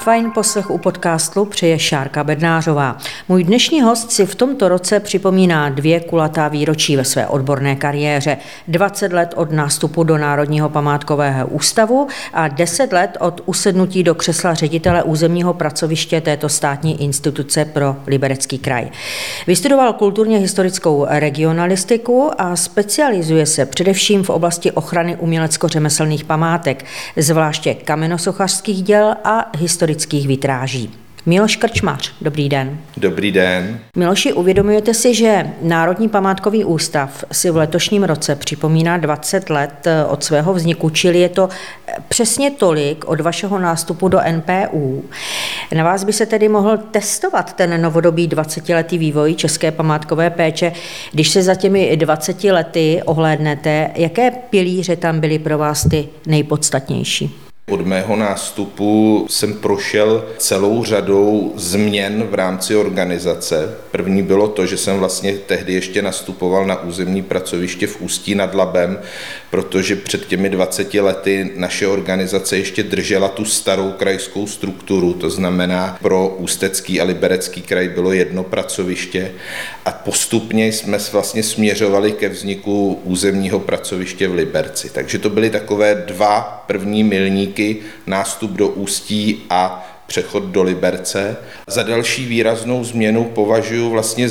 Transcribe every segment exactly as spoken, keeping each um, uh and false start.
Fajn poslech u podcastu přeje Šárka Bednářová. Můj dnešní host si v tomto roce připomíná dvě kulatá výročí ve své odborné kariéře. dvacet let od nástupu do Národního památkového ústavu a deset let od usednutí do křesla ředitele územního pracoviště této státní instituce pro Liberecký kraj. Vystudoval kulturně historickou regionalistiku a specializuje se především v oblasti ochrany umělecko-řemeslných památek, zvláště kamenosochařských děl a historických vitráží. Miloš Krčmař, dobrý den. Dobrý den. Miloši, uvědomujete si, že Národní památkový ústav si v letošním roce připomíná dvacet let od svého vzniku, čili je to přesně tolik od vašeho nástupu do N P U. Na vás by se tedy mohl testovat ten novodobý dvacetiletý vývoj české památkové péče. Když se za těmi dvaceti lety ohlédnete, jaké pilíře tam byly pro vás ty nejpodstatnější? Od mého nástupu jsem prošel celou řadou změn v rámci organizace. První bylo to, že jsem vlastně tehdy ještě nastupoval na územní pracoviště v Ústí nad Labem, protože před těmi dvaceti lety naše organizace ještě držela tu starou krajskou strukturu, to znamená pro Ústecký a Liberecký kraj bylo jedno pracoviště a postupně jsme vlastně směřovali ke vzniku územního pracoviště v Liberci. Takže to byly takové dva první milníky, nástup do Ústí a přechod do Liberce. Za další výraznou změnu považuji vlastně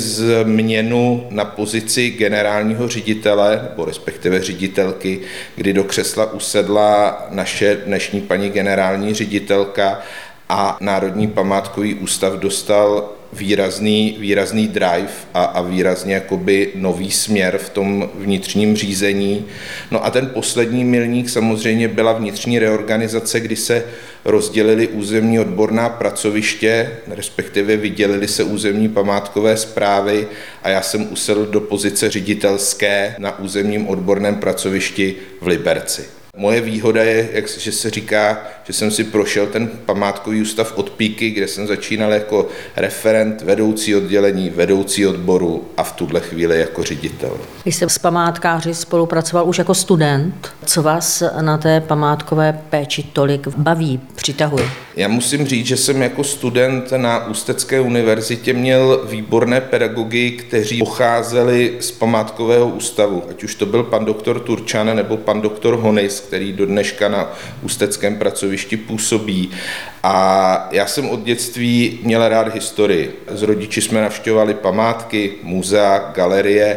změnu na pozici generálního ředitele, nebo respektive ředitelky, kdy do křesla usedla naše dnešní paní generální ředitelka a Národní památkový ústav dostal výrazný, výrazný drive a, a výrazně jakoby nový směr v tom vnitřním řízení. No a ten poslední milník samozřejmě byla vnitřní reorganizace, kdy se rozdělili územní odborná pracoviště, respektive vydělili se územní památkové správy a já jsem usedl do pozice ředitelské na územním odborném pracovišti v Liberci. Moje výhoda je, jak, že se říká, že jsem si prošel ten památkový ústav od píky, kde jsem začínal jako referent, vedoucí oddělení, vedoucí odboru a v tuhle chvíli jako ředitel. Když jste s památkáři spolupracoval už jako student, co vás na té památkové péči tolik baví, přitahuje? Já musím říct, že jsem jako student na Ústecké univerzitě měl výborné pedagogy, kteří pocházeli z památkového ústavu, ať už to byl pan doktor Turčan nebo pan doktor Honis, který do dneška na Ústeckém pracovišti působí. A já jsem od dětství měl rád historii. S rodiči jsme navštěvovali památky, muzea, galerie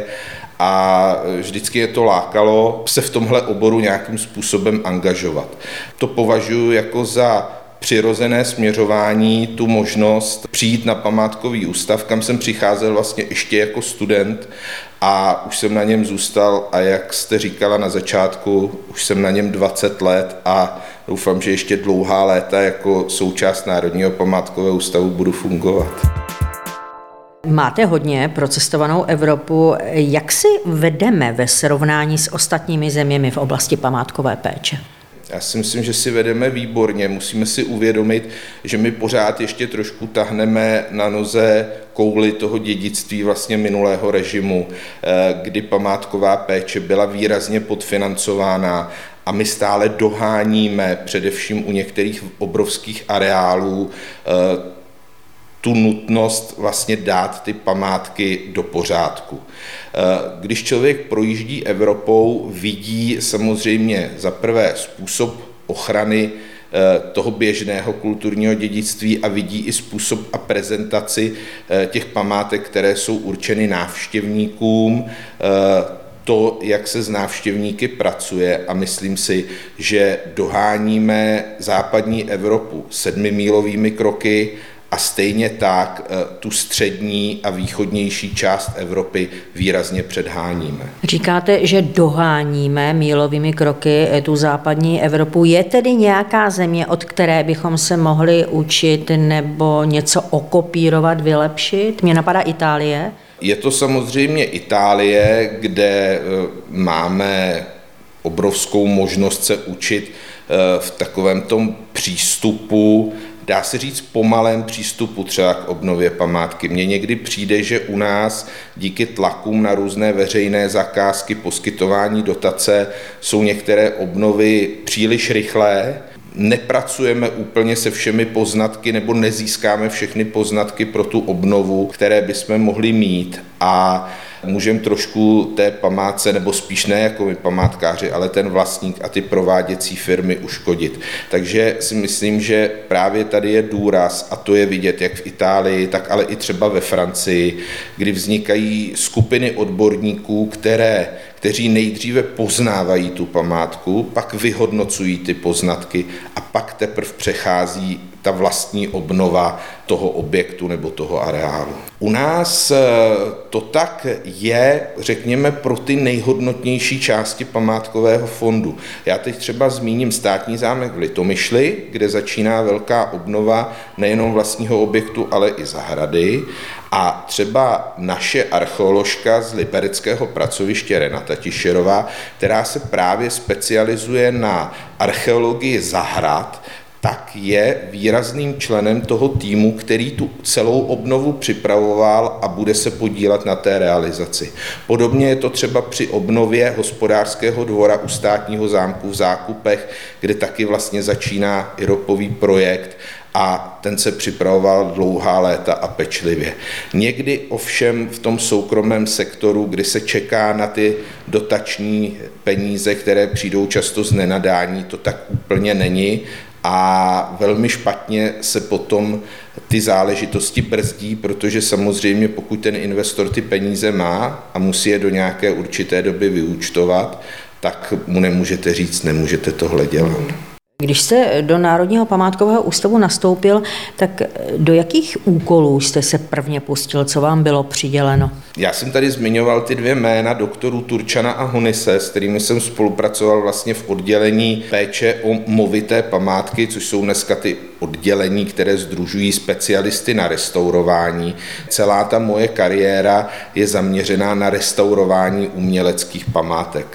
a vždycky je to lákalo se v tomhle oboru nějakým způsobem angažovat. To považuji jako za přirozené směřování, tu možnost přijít na památkový ústav, kam jsem přicházel vlastně ještě jako student a už jsem na něm zůstal a jak jste říkala na začátku, už jsem na něm dvacet let a doufám, že ještě dlouhá léta jako součást Národního památkového ústavu budu fungovat. Máte hodně procestovanou Evropu. Jak si vedeme ve srovnání s ostatními zeměmi v oblasti památkové péče? Já si myslím, že si vedeme výborně. Musíme si uvědomit, že my pořád ještě trošku tahneme na noze kouli toho dědictví vlastně minulého režimu, kdy památková péče byla výrazně podfinancována a my stále doháníme především u některých obrovských areálů tu nutnost vlastně dát ty památky do pořádku. Když člověk projíždí Evropou, vidí samozřejmě za prvé způsob ochrany toho běžného kulturního dědictví a vidí i způsob a prezentaci těch památek, které jsou určeny návštěvníkům, to, jak se s návštěvníky pracuje a myslím si, že doháníme západní Evropu sedmimílovými kroky a stejně tak tu střední a východnější část Evropy výrazně předháníme. Říkáte, že doháníme mílovými kroky tu západní Evropu. Je tedy nějaká země, od které bychom se mohli učit nebo něco okopírovat, vylepšit? Mně napadá Itálie. Je to samozřejmě Itálie, kde máme obrovskou možnost se učit v takovém tom přístupu, dá se říct pomalém přístupu třeba k obnově památky. Mně někdy přijde, že u nás díky tlakům na různé veřejné zakázky, poskytování dotace jsou některé obnovy příliš rychlé. nepracujeme úplně se všemi poznatky nebo nezískáme všechny poznatky pro tu obnovu, které bychom mohli mít, a můžeme trošku té památce, nebo spíš ne jako my památkáři, ale ten vlastník a ty prováděcí firmy uškodit. Takže si myslím, že právě tady je důraz, a to je vidět jak v Itálii, tak ale i třeba ve Francii, kdy vznikají skupiny odborníků, které, kteří nejdříve poznávají tu památku, pak vyhodnocují ty poznatky a pak teprve přechází ta vlastní obnova toho objektu nebo toho areálu. U nás to tak je, řekněme, pro ty nejhodnotnější části památkového fondu. Já teď třeba zmíním státní zámek v Litomyšli, kde začíná velká obnova nejenom vlastního objektu, ale i zahrady. A třeba naše archeoložka z libereckého pracoviště Renata Tischerová, která se právě specializuje na archeologii zahrad, tak je výrazným členem toho týmu, který tu celou obnovu připravoval a bude se podílet na té realizaci. Podobně je to třeba při obnově hospodářského dvora u státního zámku v Zákupech, kde taky vlastně začíná IROPový projekt a ten se připravoval dlouhá léta a pečlivě. Někdy ovšem v tom soukromém sektoru, kdy se čeká na ty dotační peníze, které přijdou často z nenadání, to tak úplně není. A velmi špatně se potom ty záležitosti brzdí, protože samozřejmě pokud ten investor ty peníze má a musí je do nějaké určité doby vyúčtovat, tak mu nemůžete říct, nemůžete tohle dělat. Když jste do Národního památkového ústavu nastoupil, tak do jakých úkolů jste se prvně pustil, co vám bylo přiděleno? Já jsem tady zmiňoval ty dvě jména doktorů Turčana a Honise, s kterými jsem spolupracoval vlastně v oddělení péče o movité památky, což jsou dneska ty oddělení, které sdružují specialisty na restaurování. Celá ta moje kariéra je zaměřená na restaurování uměleckých památek.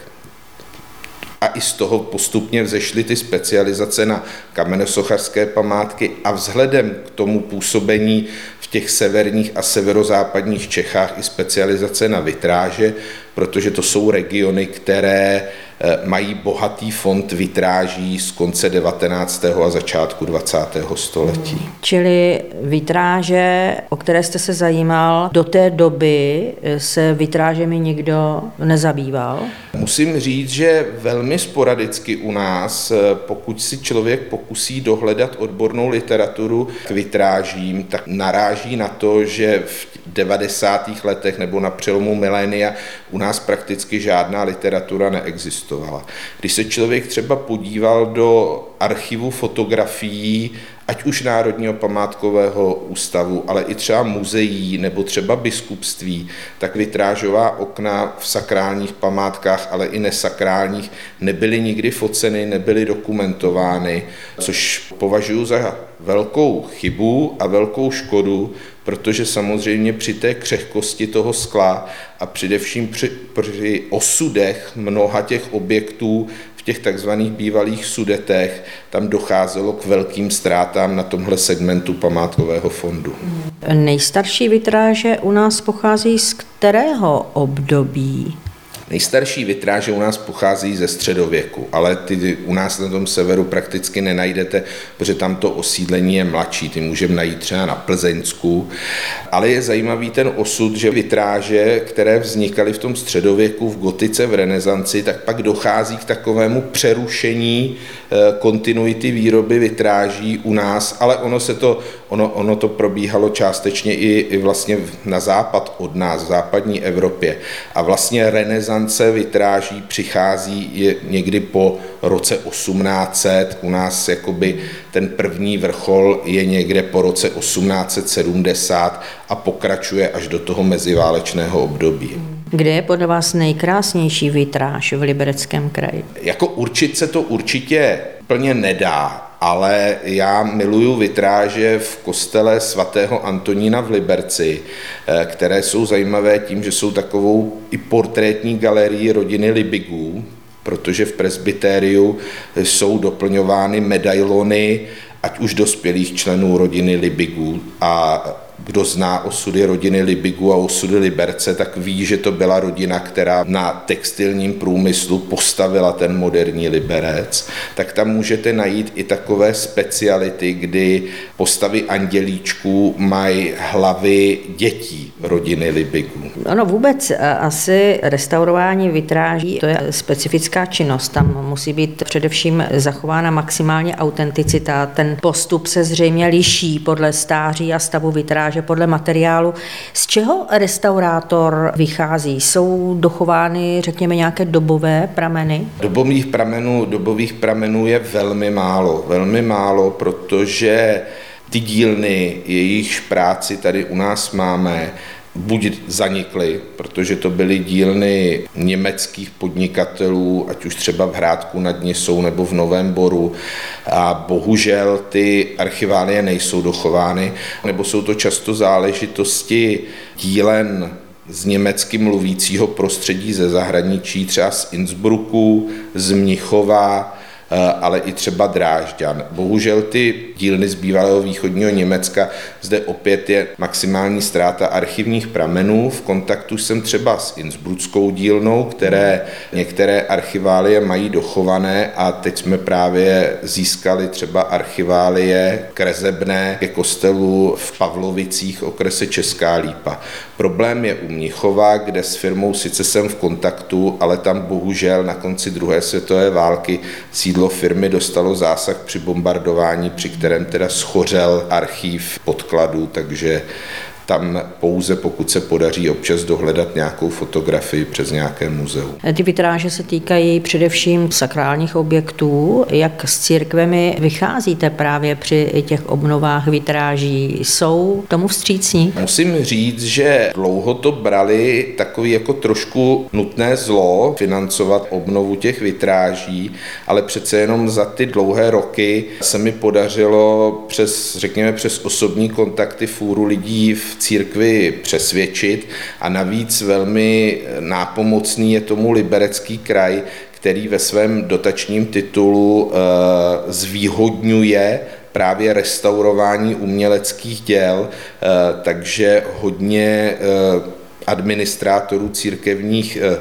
A i z toho postupně vzešly ty specializace na kamennosochařské památky a vzhledem k tomu působení v těch severních a severozápadních Čechách i specializace na vitráže, protože to jsou regiony, které mají bohatý fond vitráží z konce devatenáctého a začátku dvacátého století. Čili vitráže, o které jste se zajímal, do té doby se vitrážemi nikdo nezabýval? Musím říct, že velmi sporadicky u nás, pokud si člověk pokusí dohledat odbornou literaturu k vitrážím, tak naráží na to, že v devadesátých letech nebo na přelomu milénia u nás prakticky žádná literatura neexistovala. Když se člověk třeba podíval do archivu fotografií, ať už Národního památkového ústavu, ale i třeba muzeí nebo třeba biskupství, tak vitrážová okna v sakrálních památkách, ale i nesakrálních nebyly nikdy foceny, nebyly dokumentovány, což považuji za velkou chybu a velkou škodu, protože samozřejmě při té křehkosti toho skla a především při, při osudech mnoha těch objektů v těch takzvaných bývalých sudetech tam docházelo k velkým ztrátám na tomhle segmentu památkového fondu. Nejstarší vitráže u nás pochází z kterého období? Nejstarší vitráže u nás pochází ze středověku, ale ty u nás na tom severu prakticky nenajdete, protože tam to osídlení je mladší, ty můžeme najít třeba na Plzeňsku. Ale je zajímavý ten osud, že vitráže, které vznikaly v tom středověku, v gotice, v renesanci, tak pak dochází k takovému přerušení kontinuity výroby vitráží u nás, ale ono se to, ono, ono to probíhalo částečně i, i vlastně na západ od nás, v západní Evropě. A vlastně renesance vitráží přichází je někdy po roce osmnáct set, u nás jakoby ten první vrchol je někde po roce osmnáct set sedmdesát a pokračuje až do toho meziválečného období. Kde je podle vás nejkrásnější vitráž v Libereckém kraji? Jako určit se to určitě plně nedá, ale já miluju vitráže v kostele svatého Antonína v Liberci, které jsou zajímavé tím, že jsou takovou i portrétní galerií rodiny Libigů, protože v presbytériu jsou doplňovány medailony ať už dospělých členů rodiny Libigů a kdo zná osudy rodiny Libigu a osudy Liberce, tak ví, že to byla rodina, která na textilním průmyslu postavila ten moderní Liberec. Tak tam můžete najít i takové speciality, kdy postavy andělíčků mají hlavy dětí rodiny Libigu. Ono vůbec asi restaurování vitráží, to je specifická činnost. Tam musí být především zachována maximálně autenticita. Ten postup se zřejmě liší podle stáří a stavu vitráže, podle materiálu. Z čeho restaurátor vychází? Jsou dochovány, řekněme, nějaké dobové prameny? Dobových pramenů, dobových pramenů je velmi málo. Velmi málo, protože ty dílny, jejichž práci tady u nás máme, buď zanikly, protože to byly dílny německých podnikatelů, ať už třeba v Hrádku nad Nisou nebo v Novém Boru, a bohužel ty archiválie nejsou dochovány, nebo jsou to často záležitosti dílen z německy mluvícího prostředí ze zahraničí, třeba z Innsbrucku, z Mnichova, ale i třeba Drážďan. Bohužel ty dílny z bývalého východního Německa, zde opět je maximální ztráta archivních pramenů. V kontaktu jsem třeba s innsbruckou dílnou, které některé archiválie mají dochované, a teď jsme právě získali třeba archiválie kresebné ke kostelu v Pavlovicích, okrese Česká Lípa. Problém je u Mnichova, kde s firmou sice jsem v kontaktu, ale tam bohužel na konci druhé světové války sídlo firmy dostalo zásah při bombardování, při kterém teda schořel archív podkladů, takže tam pouze pokud se podaří občas dohledat nějakou fotografii přes nějaké muzeum. Ty vitráže se týkají především sakrálních objektů. Jak s církvemi vycházíte právě při těch obnovách vitráží? Jsou tomu vstřícní? Musím říct, že dlouho to brali takový jako trošku nutné zlo financovat obnovu těch vitráží, ale přece jenom za ty dlouhé roky se mi podařilo přes, řekněme, přes osobní kontakty fůru lidí v církvi přesvědčit, a navíc velmi nápomocný je tomu Liberecký kraj, který ve svém dotačním titulu e, zvýhodňuje právě restaurování uměleckých děl, e, takže hodně e, administrátorů církevních e,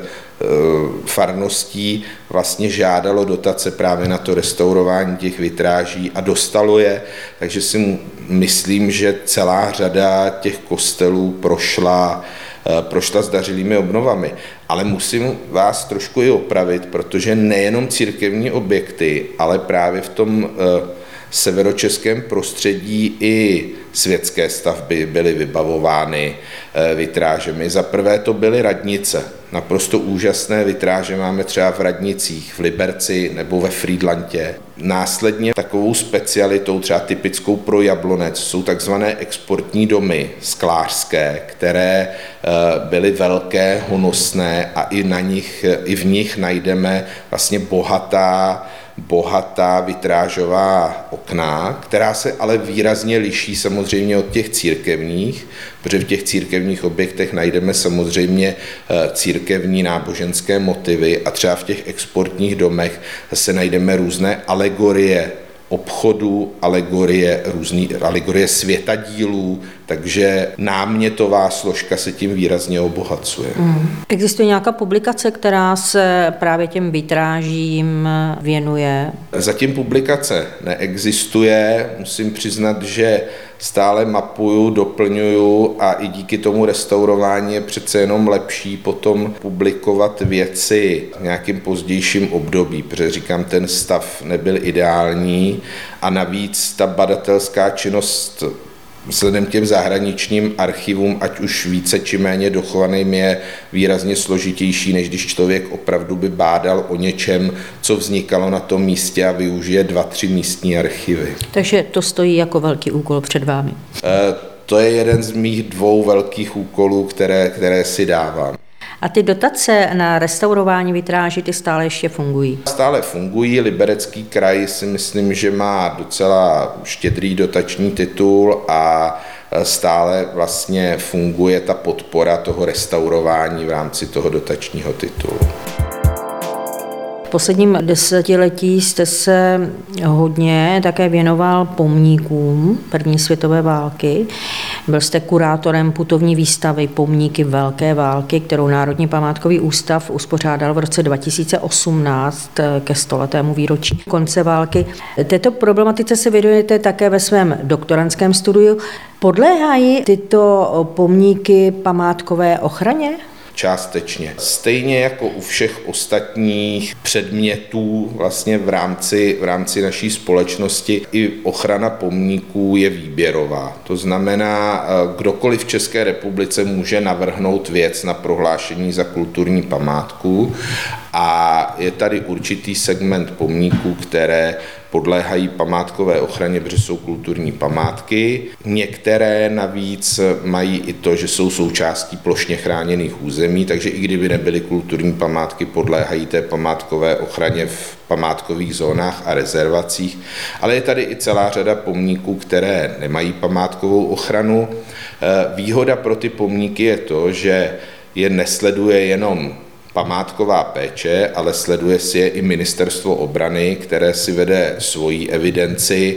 farností vlastně žádalo dotace právě na to restaurování těch vitráží a dostalo je, takže si myslím, že celá řada těch kostelů prošla, prošla zdařilými obnovami. Ale musím vás trošku i opravit, protože nejenom církevní objekty, ale právě v tom severočeském prostředí i světské stavby byly vybavovány vitrážemi. Za prvé to byly radnice. Naprosto úžasné vitráže máme třeba v Radnicích, v Liberci nebo ve Frýdlantě. Následně takovou specialitou, třeba typickou pro Jablonec, jsou takzvané exportní domy sklářské, které byly velké, honosné, a i na nich, i v nich najdeme vlastně bohatá bohatá vitrážová okna, která se ale výrazně liší samozřejmě od těch církevních, protože v těch církevních objektech najdeme samozřejmě církevní náboženské motivy, a třeba v těch exportních domech se najdeme různé alegorie obchodu, alegorie, různý, alegorie světadílů, takže námětová složka se tím výrazně obohacuje. Mm. Existuje nějaká publikace, která se právě těm vitrážím věnuje? Zatím publikace neexistuje, musím přiznat, že stále mapuju, doplňuju, a i díky tomu restaurování je přece jenom lepší potom publikovat věci v nějakým pozdějším období, protože říkám, ten stav nebyl ideální, a navíc ta badatelská činnost vzhledem k těm zahraničním archivům, ať už více či méně dochovaným, je výrazně složitější, než když člověk opravdu by bádal o něčem, co vznikalo na tom místě, a využije dva, tři místní archivy. Takže to stojí jako velký úkol před vámi. E, to je jeden z mých dvou velkých úkolů, které, které si dávám. A ty dotace na restaurování vitráží, ty stále ještě fungují? Stále fungují. Liberecký kraj si myslím, že má docela štědrý dotační titul, a stále vlastně funguje ta podpora toho restaurování v rámci toho dotačního titulu. V posledním desetiletí jste se hodně také věnoval pomníkům první světové války. Byl jste kurátorem putovní výstavy Pomníky velké války, kterou Národní památkový ústav uspořádal v roce dva tisíce osmnáct ke stoletému výročí konce války. Této problematice se věnujete také ve svém doktorandském studiu. Podléhají tyto pomníky památkové ochraně? Částečně. Stejně jako u všech ostatních předmětů vlastně v rámci, v rámci naší společnosti i ochrana pomníků je výběrová. To znamená, kdokoliv v České republice může navrhnout věc na prohlášení za kulturní památku a je tady určitý segment pomníků, které podléhají památkové ochraně, protože jsou kulturní památky. Některé navíc mají i to, že jsou součástí plošně chráněných území, takže i kdyby nebyly kulturní památky, podléhají té památkové ochraně v památkových zónách a rezervacích. Ale je tady i celá řada pomníků, které nemají památkovou ochranu. Výhoda pro ty pomníky je to, že je nesleduje jenom památková péče, ale sleduje si je i Ministerstvo obrany, které si vede svoji evidenci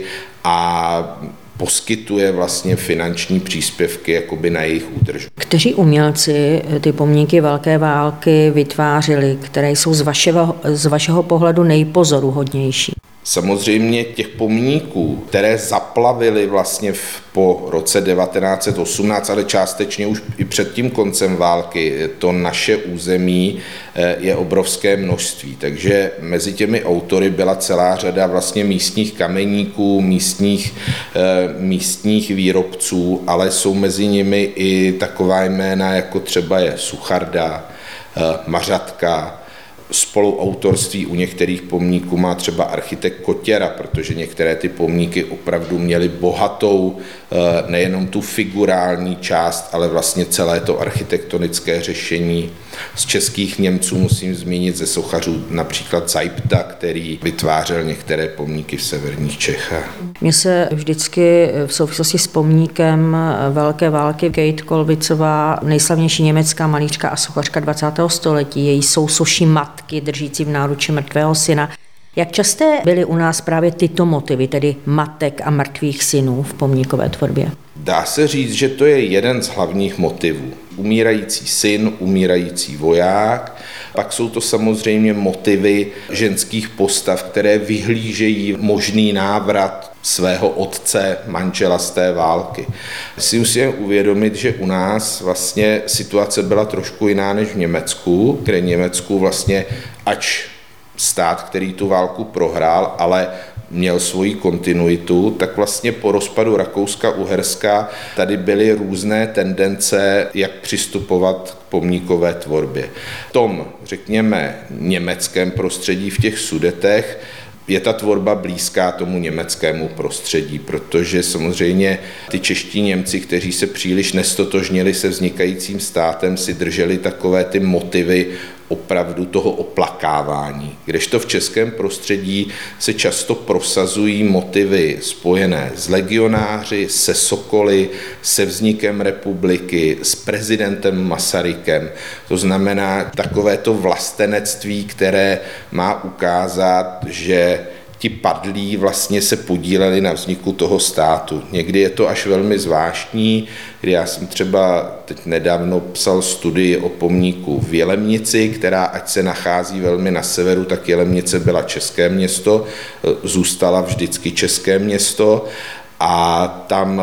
a poskytuje vlastně finanční příspěvky jakoby na jejich údržbu. Kteří umělci ty pomníky velké války vytvářeli, které jsou z vašeho, z vašeho pohledu nejpozoruhodnější? Samozřejmě těch pomníků, které zaplavily vlastně v, po roce devatenáct set osmnáct, ale částečně už i před tím koncem války, to naše území je obrovské množství. Takže mezi těmi autory byla celá řada vlastně místních kameníků, místních, místních výrobců, ale jsou mezi nimi i taková jména, jako třeba je Sucharda, Mařatka. Spoluautorství u některých pomníků má třeba architekt Kotěra, protože některé ty pomníky opravdu měly bohatou nejenom tu figurální část, ale vlastně celé to architektonické řešení. Z českých Němců musím zmínit ze sochařů například Zajpta, který vytvářel některé pomníky v severních Čechách. Mně se vždycky v souvislosti s pomníkem velké války Kate Kolbicová, nejslavnější německá malířka a sochařka dvacátého století, její sousoší matky držící v náruči mrtvého syna. Jak časté byly u nás právě tyto motivy, tedy matek a mrtvých synů v pomníkové tvorbě? Dá se říct, že to je jeden z hlavních motivů. Umírající syn, umírající voják, pak jsou to samozřejmě motivy ženských postav, které vyhlížejí možný návrat svého otce, manžela z té války. Si musíme uvědomit, že u nás vlastně situace byla trošku jiná než v Německu, kde Německu vlastně, ač stát, který tu válku prohrál, ale měl svoji kontinuitu, tak vlastně po rozpadu Rakouska-Uherska tady byly různé tendence, jak přistupovat k pomníkové tvorbě. V tom, řekněme, německém prostředí v těch Sudetech je ta tvorba blízká tomu německému prostředí, protože samozřejmě ty čeští Němci, kteří se příliš nestotožnili se vznikajícím státem, si drželi takové ty motivy opravdu toho oplakávání. Kdežto v českém prostředí se často prosazují motivy spojené s legionáři, se sokoly, se vznikem republiky, s prezidentem Masarykem. To znamená takovéto vlastenectví, které má ukázat, že ti padlí vlastně se podíleli na vzniku toho státu. Někdy je to až velmi zvláštní, kdy já jsem třeba teď nedávno psal studii o pomníku v Jelemnici, která ať se nachází velmi na severu, tak Jelemnice byla české město, zůstala vždycky české město a tam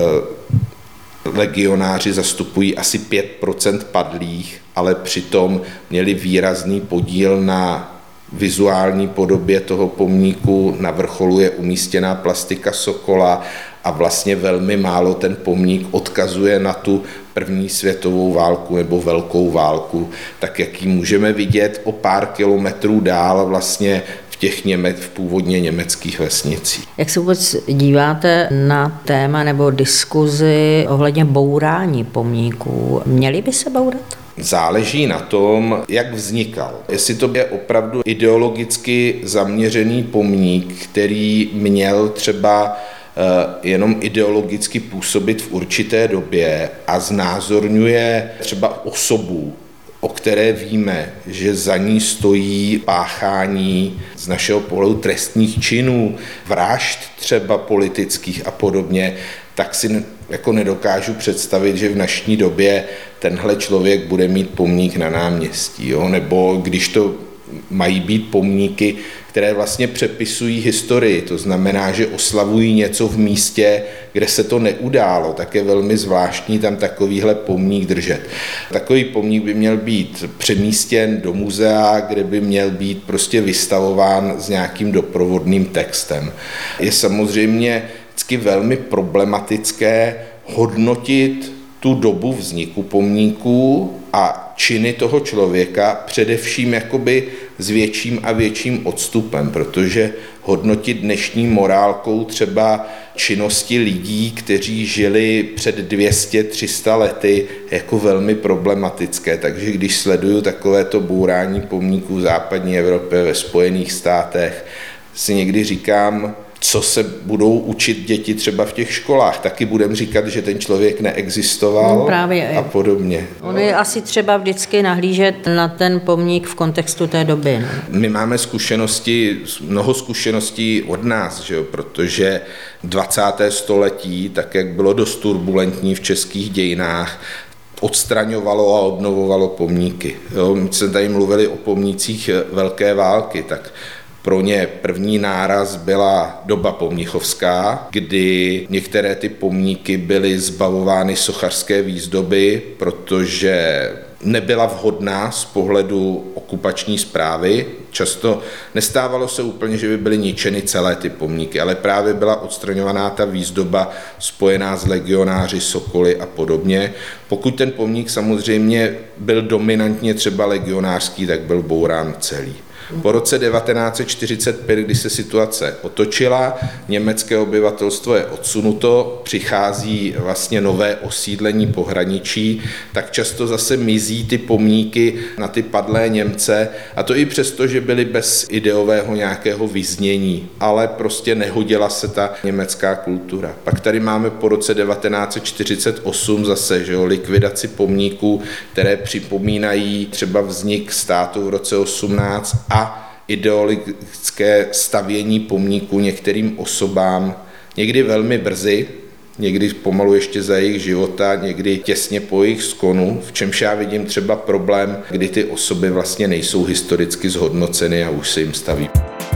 eh, legionáři zastupují asi pět procent padlých, ale přitom měli výrazný podíl na vizuální podobě toho pomníku. Na vrcholu je umístěná plastika sokola a vlastně velmi málo ten pomník odkazuje na tu první světovou válku nebo velkou válku, tak jak ji můžeme vidět o pár kilometrů dál vlastně v těch něme, v původně německých vesnicích. Jak se vůbec díváte na téma nebo diskuzi ohledně bourání pomníků? Měly by se bourat? Záleží na tom, jak vznikal. Jestli to je opravdu ideologicky zaměřený pomník, který měl třeba jenom ideologicky působit v určité době a znázorňuje třeba osobu, o které víme, že za ní stojí páchání z našeho pohledu trestných činů, vražd třeba politických a podobně, tak si jako nedokážu představit, že v dnešní době tenhle člověk bude mít pomník na náměstí, jo? Nebo když to mají být pomníky, které vlastně přepisují historii, to znamená, že oslavují něco v místě, kde se to neudálo, tak je velmi zvláštní tam takovýhle pomník držet. Takový pomník by měl být přemístěn do muzea, kde by měl být prostě vystavován s nějakým doprovodným textem. Je samozřejmě vždycky velmi problematické hodnotit tu dobu vzniku pomníků a činy toho člověka především jakoby s větším a větším odstupem, protože hodnotit dnešní morálkou třeba činnosti lidí, kteří žili před dvě stě tři sta lety, jako velmi problematické. Takže když sleduju takovéto bourání pomníků v západní Evropě, ve Spojených státech, si někdy říkám, co se budou učit děti třeba v těch školách. Taky budeme říkat, že ten člověk neexistoval no, právě a podobně. Ono je asi třeba vždycky nahlížet na ten pomník v kontextu té doby. No? My máme zkušenosti, mnoho zkušeností od nás, že jo? Protože dvacáté století, tak jak bylo dost turbulentní v českých dějinách, odstraňovalo a obnovovalo pomníky. Jo? My jsme tady mluvili o pomnících velké války, tak pro ně první náraz byla doba pomnichovská, kdy některé ty pomníky byly zbavovány sochařské výzdoby, protože nebyla vhodná z pohledu okupační správy. Často nestávalo se úplně, že by byly ničeny celé ty pomníky, ale právě byla odstraňovaná ta výzdoba spojená s legionáři, sokoly a podobně. Pokud ten pomník samozřejmě byl dominantně třeba legionářský, tak byl bourán celý. Po roce devatenáct set čtyřicet pět, kdy se situace otočila, německé obyvatelstvo je odsunuto, přichází vlastně nové osídlení pohraničí, tak často zase mizí ty pomníky na ty padlé Němce, a to i přesto, že byly bez ideového nějakého vyznění, ale prostě nehodila se ta německá kultura. Pak tady máme po roce devatenáct set čtyřicet osm zase, že jo, likvidaci pomníků, které připomínají třeba vznik státu v roce osmnáct a ideologické stavění pomníků některým osobám, někdy velmi brzy, někdy pomalu ještě za jejich života, někdy těsně po jejich skonu, v čemž já vidím třeba problém, kdy ty osoby vlastně nejsou historicky zhodnoceny a už se jim staví.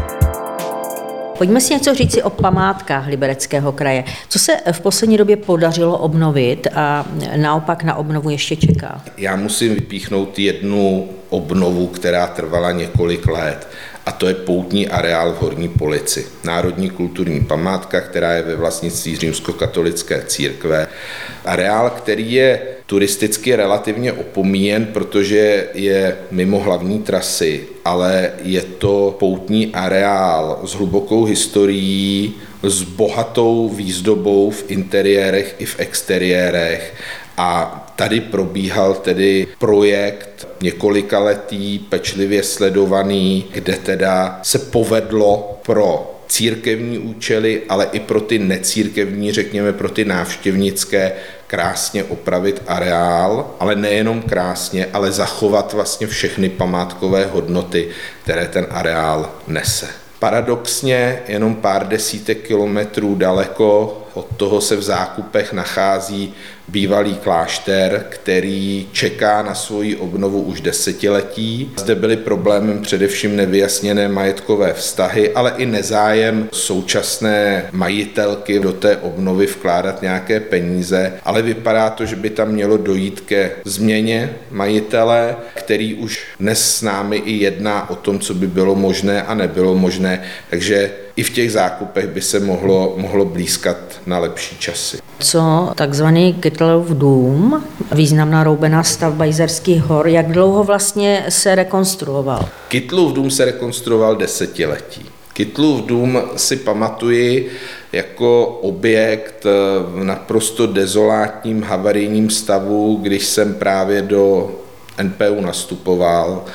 Pojďme si něco říci o památkách Libereckého kraje. Co se v poslední době podařilo obnovit a naopak na obnovu ještě čeká? Já musím vypíchnout jednu obnovu, která trvala několik let, a to je poutní areál v Horní Polici. Národní kulturní památka, která je ve vlastnictví římskokatolické církve. Areál, který je turisticky relativně opomíjen, protože je mimo hlavní trasy, ale je to poutní areál s hlubokou historií, s bohatou výzdobou v interiérech i v exteriérech. A tady probíhal tedy projekt několikaletý, pečlivě sledovaný, kde teda se povedlo pro církevní účely, ale i pro ty necírkevní, řekněme pro ty návštěvnické, krásně opravit areál, ale nejenom krásně, ale zachovat vlastně všechny památkové hodnoty, které ten areál nese. Paradoxně jenom pár desítek kilometrů daleko od toho se v Zákupech nachází bývalý klášter, který čeká na svoji obnovu už desetiletí. Zde byly problémem především nevyjasněné majetkové vztahy, ale i nezájem současné majitelky do té obnovy vkládat nějaké peníze, ale vypadá to, že by tam mělo dojít ke změně majitele, který už dnes s námi i jedná o tom, co by bylo možné a nebylo možné, takže i v těch Zákupech by se mohlo, mohlo blýskat na lepší časy. Co takzvaný Kyttelův dům, významná roubená stavba Jizerských hor, jak dlouho vlastně se rekonstruoval? Kyttelův dům se rekonstruoval desetiletí. Kyttelův dům si pamatuji jako objekt v naprosto dezolátním havarijním stavu, když jsem právě do N P U nastupoval.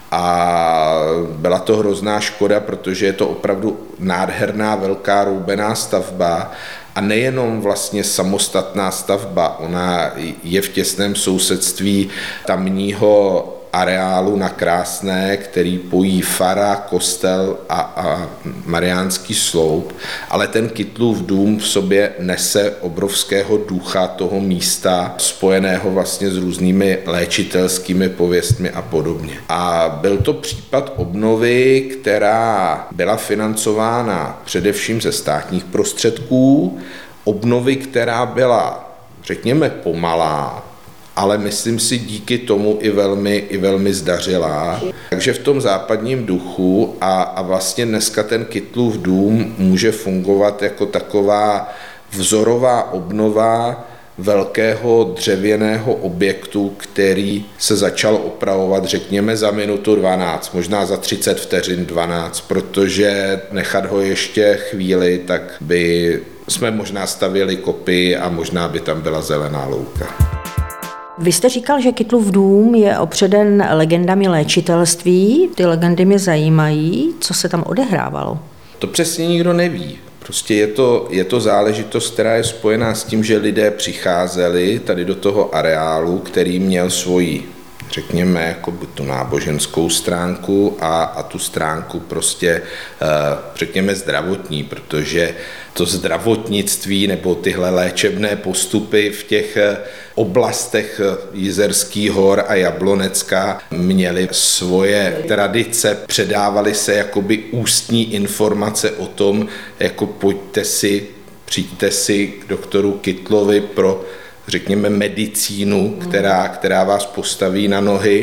A byla to hrozná škoda, protože je to opravdu nádherná velká roubená stavba a nejenom vlastně samostatná stavba, ona je v těsném sousedství tamního areálu na Krásné, který pojí fara, kostel a, a Mariánský sloup, ale ten Kytlův dům v sobě nese obrovského ducha toho místa, spojeného vlastně s různými léčitelskými pověstmi a podobně. A byl to případ obnovy, která byla financována především ze státních prostředků, obnovy, která byla, řekněme, pomalá, ale myslím si díky tomu i velmi, i velmi zdařilá. Takže v tom západním duchu a, a vlastně dneska ten Kytlův dům může fungovat jako taková vzorová obnova velkého dřevěného objektu, který se začal opravovat, řekněme, za minutu dvanáct, možná za třicet vteřin dvanáct, protože nechat ho ještě chvíli, tak by jsme možná stavěli kopy a možná by tam byla zelená louka. Vy jste říkal, že Kytlův dům je opředen legendami léčitelství. Ty legendy mě zajímají. Co se tam odehrávalo? To přesně nikdo neví. Prostě je to, je to záležitost, která je spojená s tím, že lidé přicházeli tady do toho areálu, který měl svoji, řekněme, jako by tu náboženskou stránku a, a tu stránku prostě, řekněme, zdravotní, protože to zdravotnictví nebo tyhle léčebné postupy v těch oblastech Jizerských hor a Jablonecka měly svoje tradice, předávaly se jakoby ústní informace o tom, jako pojďte si, přijďte si k doktoru Kytlovi pro, řekněme, medicínu, která, která vás postaví na nohy.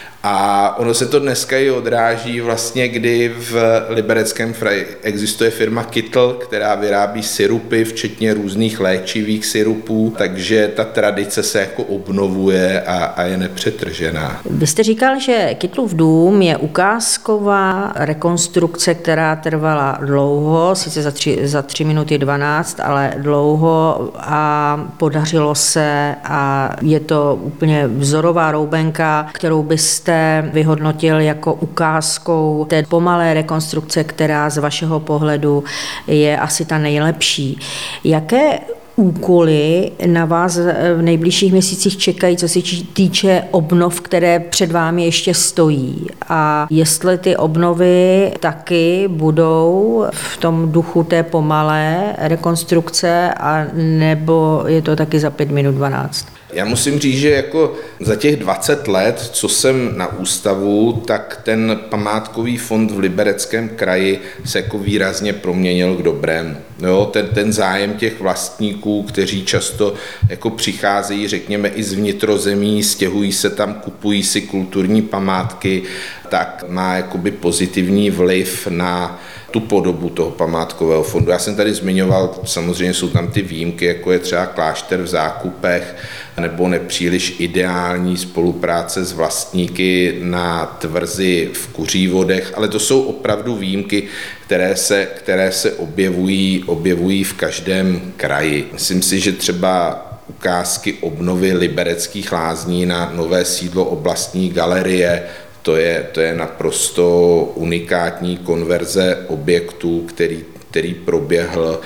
A ono se to dneska i odráží vlastně, kdy v Libereckém kraji existuje firma Kytl, která vyrábí sirupy, včetně různých léčivých sirupů, takže ta tradice se jako obnovuje a, a je nepřetržená. Vy jste říkal, že Kytlův dům je ukázková rekonstrukce, která trvala dlouho, sice za tři, za tři minuty dvanáct, ale dlouho a podařilo se a je to úplně vzorová roubenka, kterou byste vyhodnotil jako ukázkou té pomalé rekonstrukce, která z vašeho pohledu je asi ta nejlepší. Jaké úkoly na vás v nejbližších měsících čekají, co se týče obnov, které před vámi ještě stojí? A jestli ty obnovy taky budou v tom duchu té pomalé rekonstrukce, a nebo je to taky za pět minut dvanáct? Já musím říct, že jako za těch dvacet let, co jsem na ústavu, tak ten památkový fond v Libereckém kraji se jako výrazně proměnil k dobrému. Jo, ten, ten zájem těch vlastníků, kteří často jako přicházejí, řekněme, i z vnitrozemí, stěhují se tam, kupují si kulturní památky, tak má jakoby pozitivní vliv na tu podobu toho památkového fondu. Já jsem tady zmiňoval, samozřejmě jsou tam ty výjimky, jako je třeba klášter v Zákupech, nebo nepříliš ideální spolupráce s vlastníky na tvrzi v Kuřívodech, ale to jsou opravdu výjimky, které se, které se objevují, objevují v každém kraji. Myslím si, že třeba ukázky obnovy Libereckých lázní na nové sídlo oblastní galerie, To je, to je naprosto unikátní konverze objektů, který, který proběhl,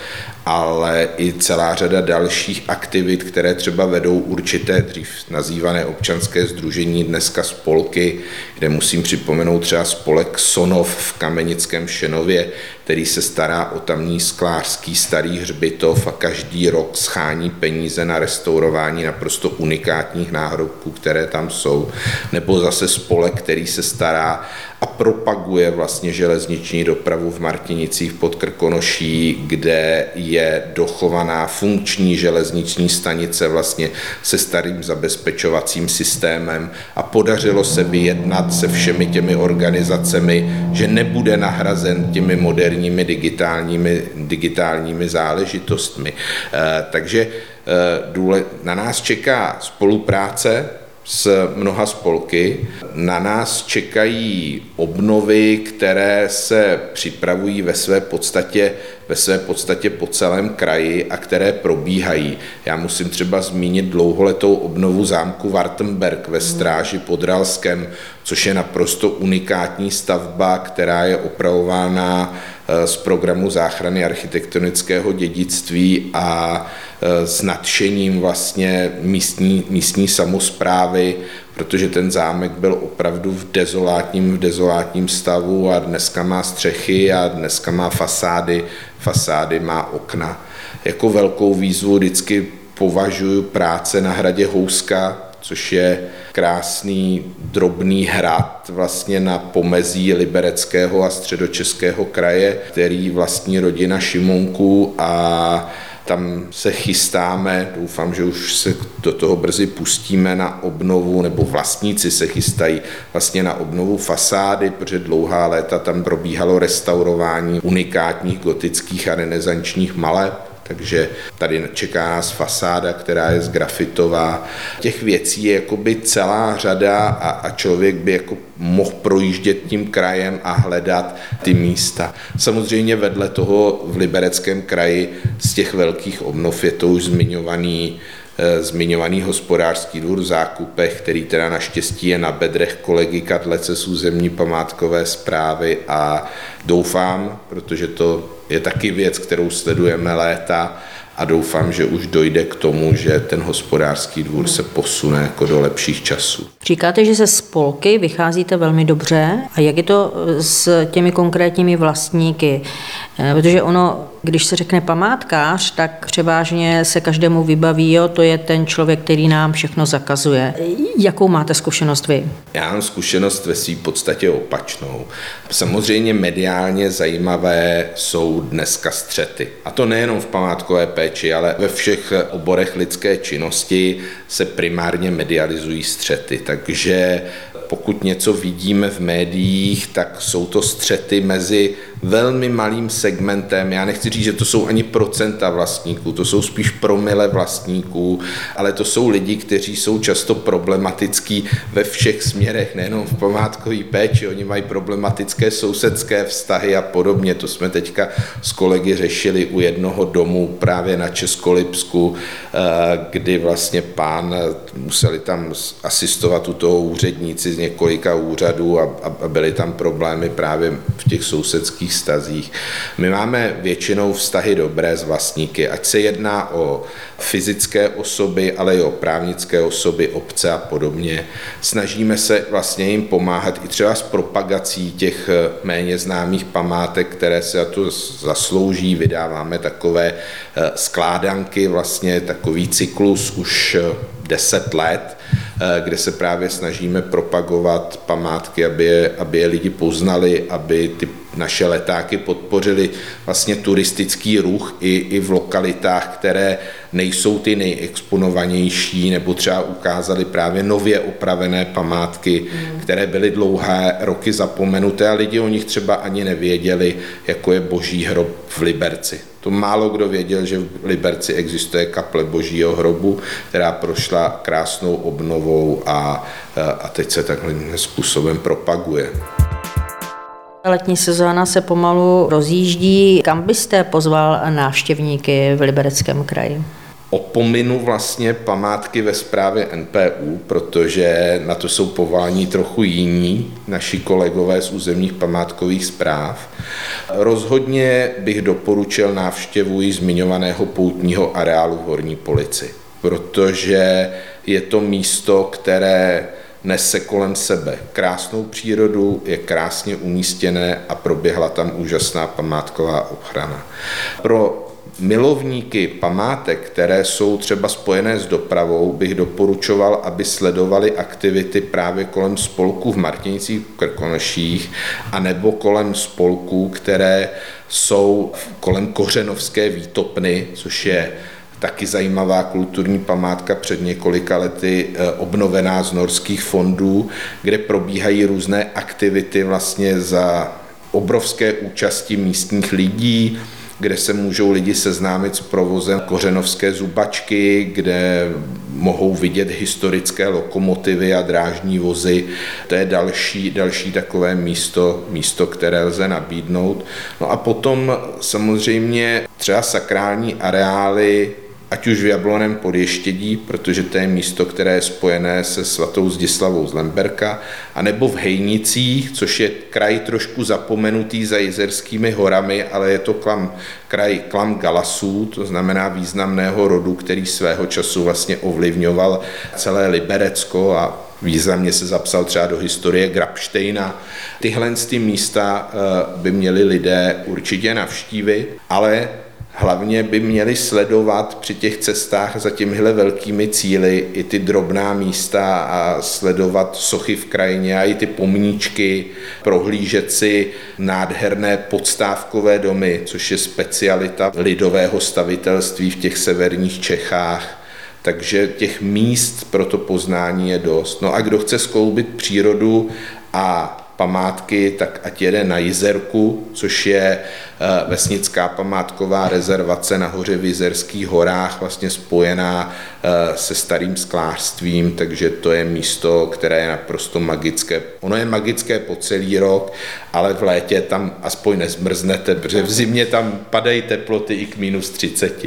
ale i celá řada dalších aktivit, které třeba vedou určité dřív nazývané občanské sdružení, dneska spolky, kde musím připomenout třeba spolek Sonov v Kamenickém Šenově, který se stará o tamní sklářský starý hřbitov a každý rok schání peníze na restaurování naprosto unikátních náhrobků, které tam jsou. Nebo zase spolek, který se stará a propaguje vlastně železniční dopravu v Martinicích pod Krkonoší, kde je dochovaná funkční železniční stanice vlastně se starým zabezpečovacím systémem a podařilo se vyjednat se všemi těmi organizacemi, že nebude nahrazen těmi moderními digitálními, digitálními záležitostmi. E, takže e, na nás čeká spolupráce s mnoha spolky. Na nás čekají obnovy, které se připravují ve své podstatě, ve své podstatě po celém kraji a které probíhají. Já musím třeba zmínit dlouholetou obnovu zámku Wartenberg ve Stráži pod Ralskem, což je naprosto unikátní stavba, která je opravována z programu záchrany architektonického dědictví a s nadšením vlastně místní, místní samosprávy, protože ten zámek byl opravdu v dezolátním, v dezolátním stavu a dneska má střechy a dneska má fasády, fasády má okna. Jako velkou výzvu vždycky považuji práce na hradě Houska, což je krásný drobný hrad vlastně na pomezí Libereckého a Středočeského kraje, který vlastní rodina Šimonků, a tam se chystáme, doufám, že už se do toho brzy pustíme, na obnovu, nebo vlastníci se chystají vlastně na obnovu fasády, protože dlouhá léta tam probíhalo restaurování unikátních gotických a renesančních maleb. Takže tady čeká nás fasáda, která je zgrafitová. Těch věcí je jakoby celá řada a, a člověk by jako mohl projíždět tím krajem a hledat ty místa. Samozřejmě vedle toho v Libereckém kraji z těch velkých obnov je to už zmiňovaný zmiňovaný hospodářský dvůr v Zákupech, který teda naštěstí je na bedrech kolegy Kadlece z územní památkové správy, a doufám, protože to je taky věc, kterou sledujeme léta, a doufám, že už dojde k tomu, že ten hospodářský dvůr se posune jako do lepších časů. Říkáte, že se spolky vycházíte velmi dobře, a jak je to s těmi konkrétními vlastníky? Protože ono, když se řekne památkář, tak převážně se každému vybaví, jo, to je ten člověk, který nám všechno zakazuje. Jakou máte zkušenost vy? Já mám zkušenost ve své podstatě opačnou. Samozřejmě mediálně zajímavé jsou dneska střety. A to nejenom v památkové péči, ale ve všech oborech lidské činnosti se primárně medializují střety. Takže pokud něco vidíme v médiích, tak jsou to střety mezi velmi malým segmentem. Já nechci říct, že to jsou ani procenta vlastníků, to jsou spíš promile vlastníků, ale to jsou lidi, kteří jsou často problematický ve všech směrech, nejenom v památkové péči, oni mají problematické sousedské vztahy a podobně. To jsme teďka s kolegy řešili u jednoho domu právě na Českolipsku, kdy vlastně pán, museli tam asistovat u toho úředníci z několika úřadů a, a byly tam problémy právě v těch sousedských vztazích. My máme většinou vztahy dobré s vlastníky, ať se jedná o fyzické osoby, ale i o právnické osoby, obce a podobně. Snažíme se vlastně jim pomáhat i třeba s propagací těch méně známých památek, které se to zaslouží. Vydáváme takové skládanky, vlastně takový cyklus už deset let, kde se právě snažíme propagovat památky, aby je, aby je lidi poznali, aby ty naše letáky podpořili vlastně turistický ruch i, i v lokalitách, které nejsou ty nejexponovanější, nebo třeba ukázali právě nově opravené památky, mm. které byly dlouhé roky zapomenuté a lidi o nich třeba ani nevěděli, jako je Boží hrob v Liberci. To málo kdo věděl, že v Liberci existuje kaple Božího hrobu, která prošla krásnou obnovou a, a teď se takovým způsobem propaguje. Letní sezóna se pomalu rozjíždí. Kam byste pozval návštěvníky v Libereckém kraji? Opominu vlastně památky ve správě N P U, protože na to jsou povolání trochu jiní naši kolegové z územních památkových správ. Rozhodně bych doporučil návštěvu již zmiňovaného poutního areálu v Horní Polici, protože je to místo, které nese kolem sebe krásnou přírodu, je krásně umístěné a proběhla tam úžasná památková ochrana. Pro milovníky památek, které jsou třeba spojené s dopravou, bych doporučoval, aby sledovali aktivity právě kolem spolků v Martinicích, v Krkonoších, anebo kolem spolků, které jsou kolem Kořenovské výtopny, což je taky zajímavá kulturní památka před několika lety obnovená z norských fondů, kde probíhají různé aktivity vlastně za obrovské účasti místních lidí, kde se můžou lidi seznámit s provozem Kořenovské zubačky, kde mohou vidět historické lokomotivy a drážní vozy. To je další, další takové místo, místo, které lze nabídnout. No a potom samozřejmě třeba sakrální areály, ať už v Jablonném Podještědí, protože to je místo, které je spojené se svatou Zdislavou z Lemberka, anebo v Hejnicích, což je kraj trošku zapomenutý za Jizerskými horami, ale je to klam, kraj klam Galasů, to znamená významného rodu, který svého času vlastně ovlivňoval celé Liberecko a významně se zapsal třeba do historie Grabštejna. Tyhle ty místa by měli lidé určitě navštívit, ale hlavně by měli sledovat při těch cestách za těmihle velkými cíli i ty drobná místa a sledovat sochy v krajině a i ty pomníčky, prohlížet si nádherné podstávkové domy, což je specialita lidového stavitelství v těch severních Čechách. Takže těch míst pro to poznání je dost. No a kdo chce skloubit přírodu a památky, tak ať jede na Jizerku, což je vesnická památková rezervace na hoře v Jizerských horách, vlastně spojená se starým sklářstvím, takže to je místo, které je naprosto magické. Ono je magické po celý rok, ale v létě tam aspoň nezmrznete, protože v zimě tam padají teploty i k minus třiceti.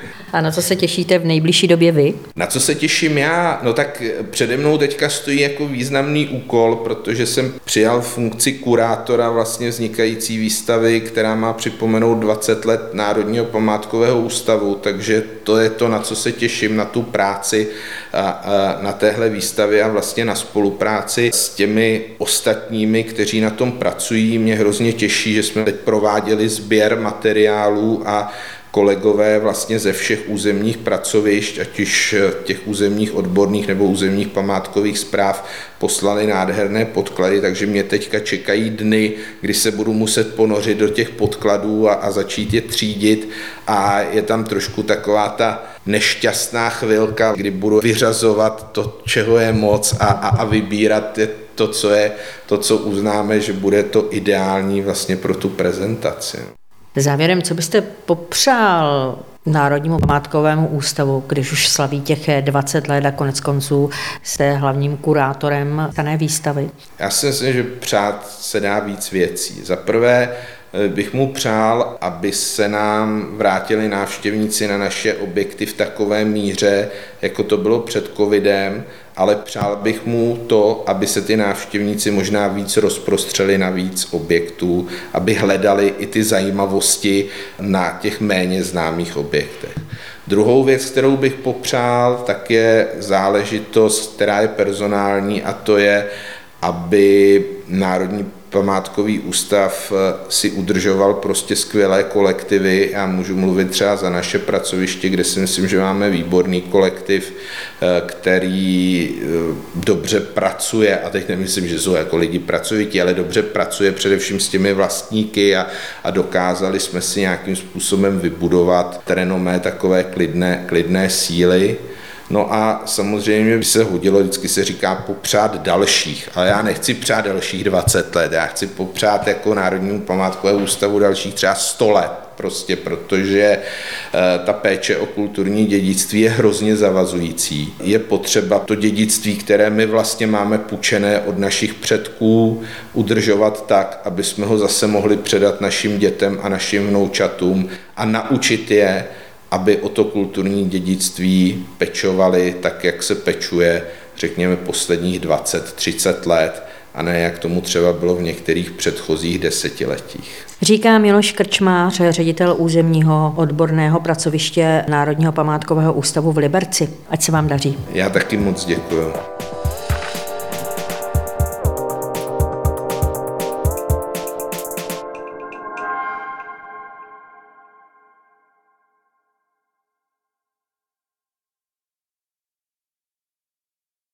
A na co se těšíte v nejbližší době vy? Na co se těším já? No tak přede mnou teďka stojí jako významný úkol, protože jsem přijal funkci kurátora vlastně vznikající výstavy, která má připomenout dvacet let Národního památkového ústavu, takže to je to, na co se těším, na tu práci a, a na téhle výstavě a vlastně na spolupráci s těmi ostatními, kteří na tom pracují. Mě hrozně těší, že jsme teď prováděli sběr materiálů a kolegové vlastně ze všech územních pracovišť, ať už těch územních odborných nebo územních památkových správ, poslali nádherné podklady, takže mě teďka čekají dny, kdy se budu muset ponořit do těch podkladů a, a začít je třídit a je tam trošku taková ta nešťastná chvilka, kdy budu vyřazovat to, čeho je moc a, a, a vybírat to, co je, to, co uznáme, že bude to ideální vlastně pro tu prezentaci. Závěrem, co byste popřál Národnímu památkovému ústavu, když už slaví těch dvacet let a konec konců jste hlavním kurátorem dané výstavy? Já si myslím, že přát se dá víc věcí. Za prvé bych mu přál, aby se nám vrátili návštěvníci na naše objekty v takové míře, jako to bylo před covidem, ale přál bych mu to, aby se ty návštěvníci možná víc rozprostřeli na víc objektů, aby hledali i ty zajímavosti na těch méně známých objektech. Druhou věc, kterou bych popřál, tak je záležitost, která je personální, a to je, aby Národní památkový ústav si udržoval prostě skvělé kolektivy. Já můžu mluvit třeba za naše pracoviště, kde si myslím, že máme výborný kolektiv, který dobře pracuje, a teď nemyslím, že jsou jako lidi pracovití, ale dobře pracuje především s těmi vlastníky a, a dokázali jsme si nějakým způsobem vybudovat renomé takové klidné, klidné síly. No a samozřejmě by se hodilo, vždycky se říká popřát dalších, ale já nechci přát dalších dvacet let, já chci popřát jako Národnímu památkovému ústavu dalších třeba sto let, prostě protože ta péče o kulturní dědictví je hrozně zavazující. Je potřeba to dědictví, které my vlastně máme půjčené od našich předků, udržovat tak, aby jsme ho zase mohli předat našim dětem a našim vnoučatům a naučit je, aby o to kulturní dědictví pečovali tak, jak se pečuje, řekněme, posledních dvacet třicet let, a ne jak tomu třeba bylo v některých předchozích desetiletích. Říká Miloš Krčmář, ředitel územního odborného pracoviště Národního památkového ústavu v Liberci. Ať se vám daří. Já taky moc děkuju.